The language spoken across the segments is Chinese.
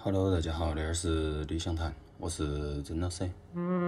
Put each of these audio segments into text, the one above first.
Hello，大家好，这儿是理想谈，我是曾老师。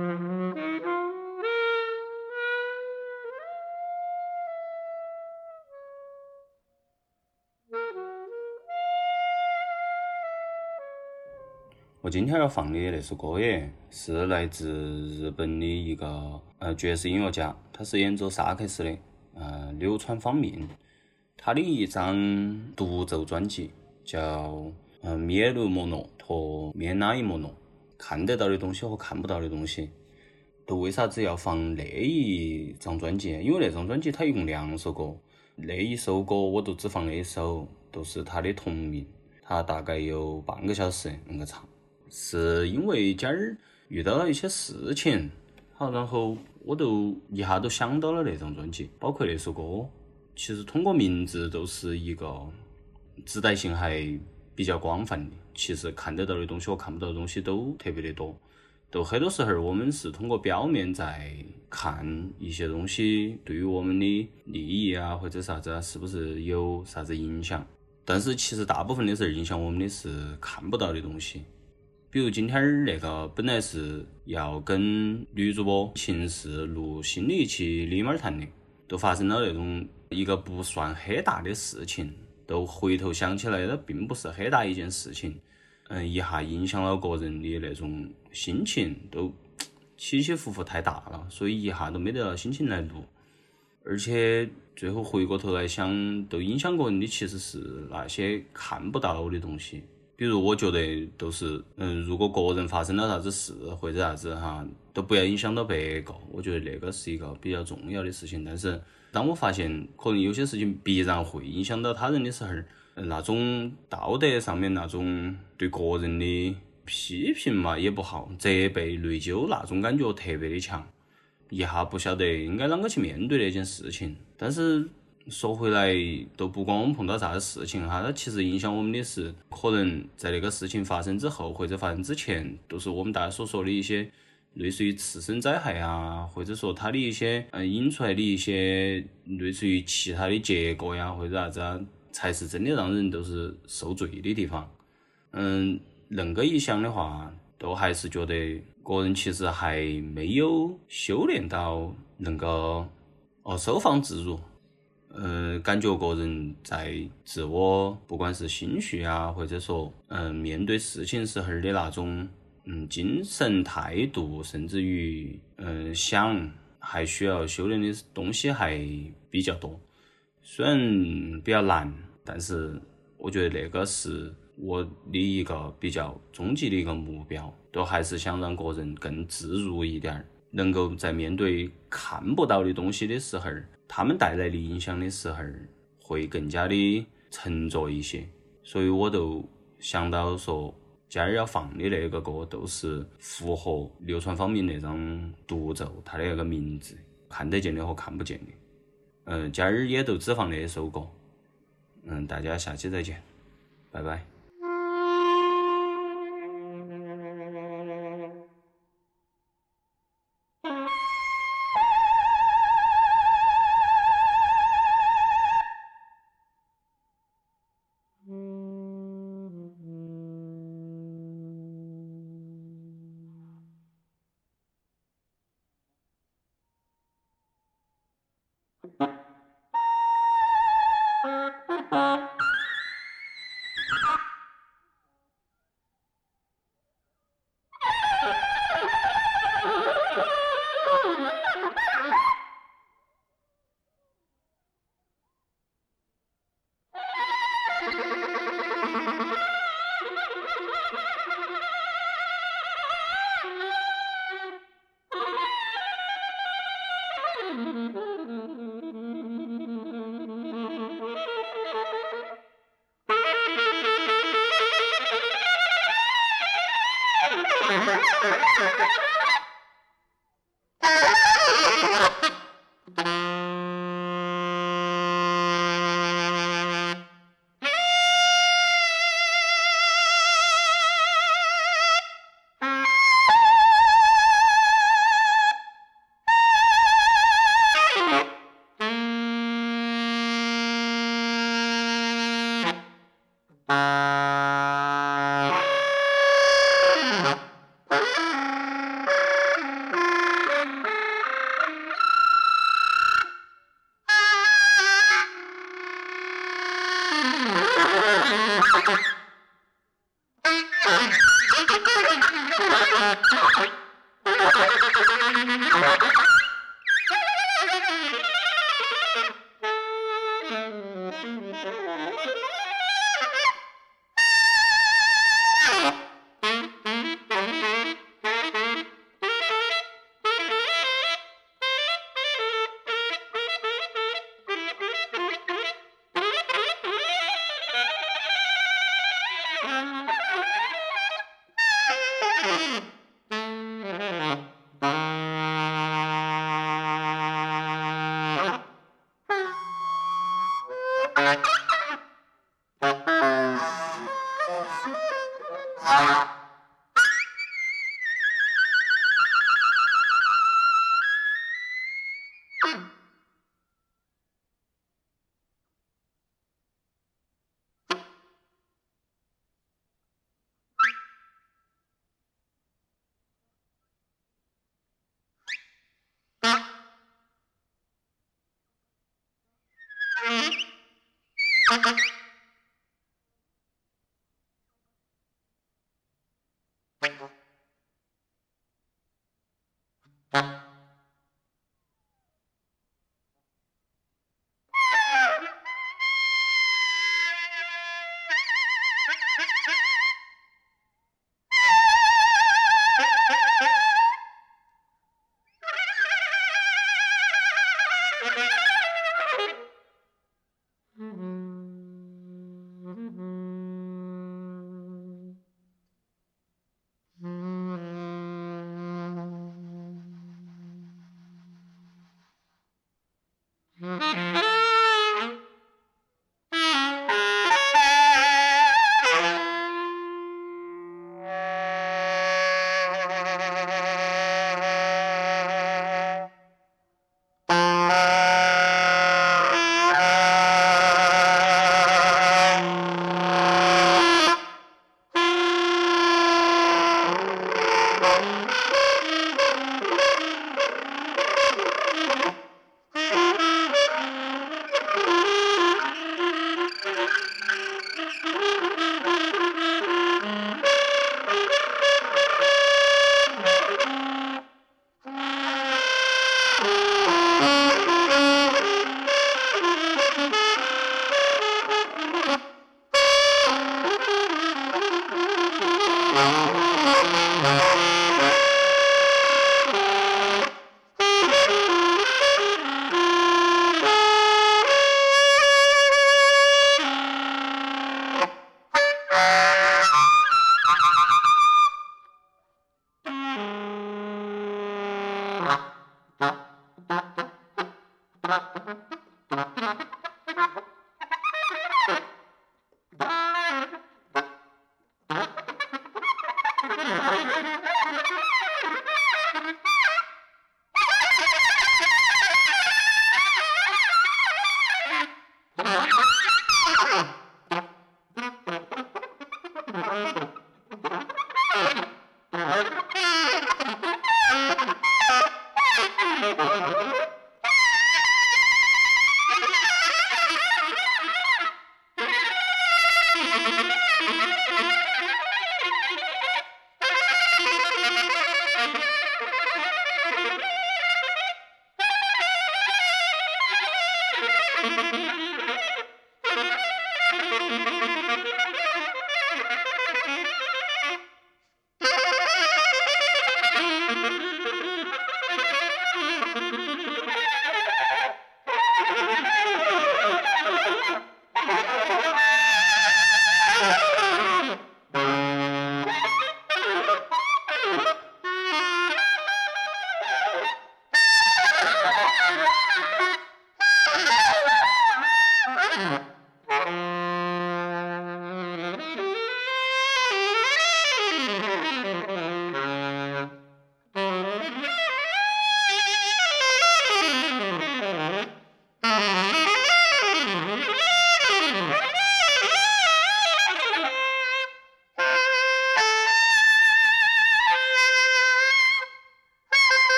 我今天要放的那首歌耶，是来自日本的一个爵士音乐家，他是演奏萨克斯的，流川芳命。他的一张独奏专辑叫灭路莫诺和灭那一莫诺，看得到的东西和看不到的东西。都为啥子要放那一张专辑？因为那张专辑它一共2首歌，那一首歌我都只放那一首，都是他的同名，他大概有半个小时那个长。是因为今儿遇到了一些事情，好，然后我都一下都想到了那张专辑，包括那首歌。其实通过名字都是一个指代性还比较广泛的，其实看得到的东西和看不到的东西都特别的多。都很多时候我们是通过表面在看一些东西对于我们的利益啊或者啥子啊是不是有啥子影响，但是其实大部分的时候影响我们的是看不到的东西。比如今天那个本来是要跟女主播秦氏录新的一期李妹谈的，都发生了那种一个不算很大的事情，都回头想起来那并不是很大一件事情，一下影响了个人的那种心情，都起起伏伏太大了，所以一下都没得了心情来录。而且最后回过头来想，都影响个人的其实是那些看不到的东西。比如我觉得都是如果个人发生了啥子事或者啥子哈，都不要影响到别个，我觉得那个是一个比较重要的事情。但是当我发现可能有些事情必然会影响到他人的时候，那种道德上面那种对个人的批评嘛也不好，责备内疚那种感觉特别的强，一下不晓得应该啷个去面对那件事情。但是说回来，都不光我们碰到啥子事情哈，它其实影响我们的是，可能在那个事情发生之后或者发生之前，都是我们大家所说的一些类似于次生灾害啊，或者说它的一些引出来的一些类似于其他的结果呀，或者啥子啊，才是真的让人都是受罪的地方。恁个一想的话，都还是觉得个人其实还没有修炼到恁个收放自如。感觉个人在自我不管是心绪啊，或者说面对事情时候的那种精神态度，甚至于想还需要修炼的东西还比较多。虽然比较难，但是我觉得那个是我的一个比较终极的一个目标，都还是想让个人更自如一点，能够在面对看不到的东西的时候，他们带来的影响的时候，会更加的沉着一些。所以我都想到说，今儿要放的那个歌都是符合流川芳命那张独奏它的那个名字，看得见的和看不见的。今儿也都只放那首歌。大家下期再见，拜拜。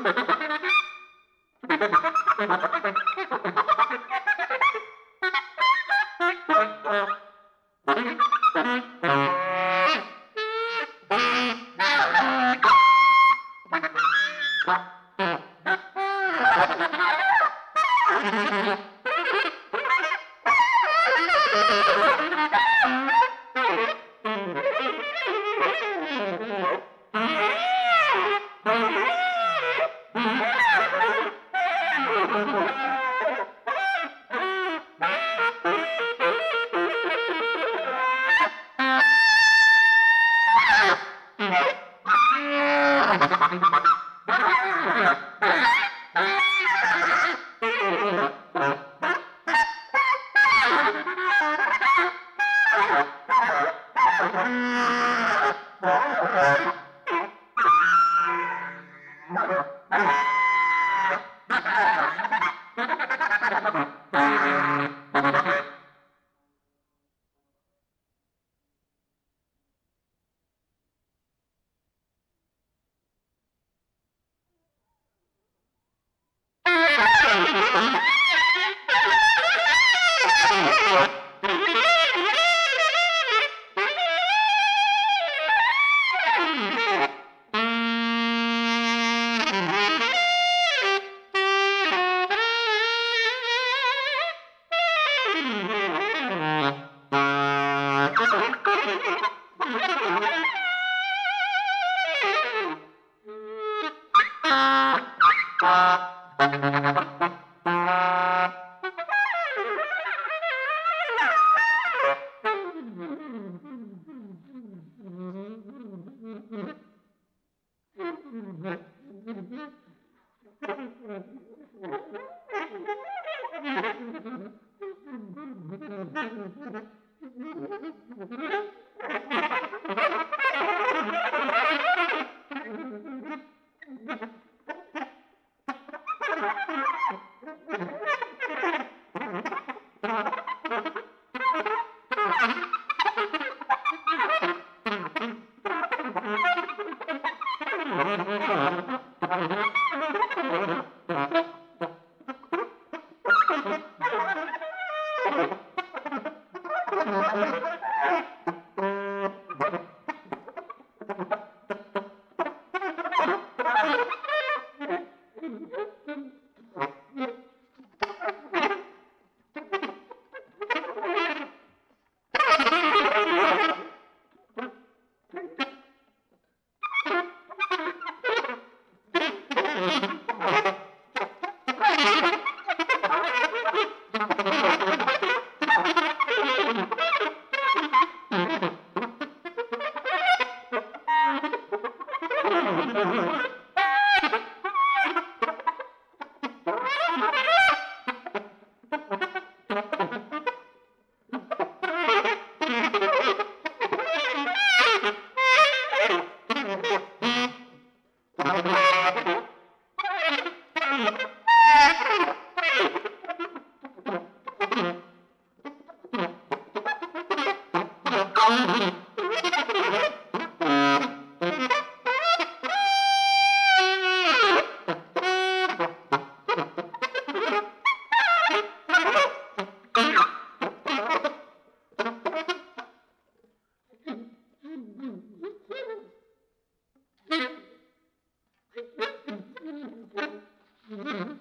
Mm-hmm.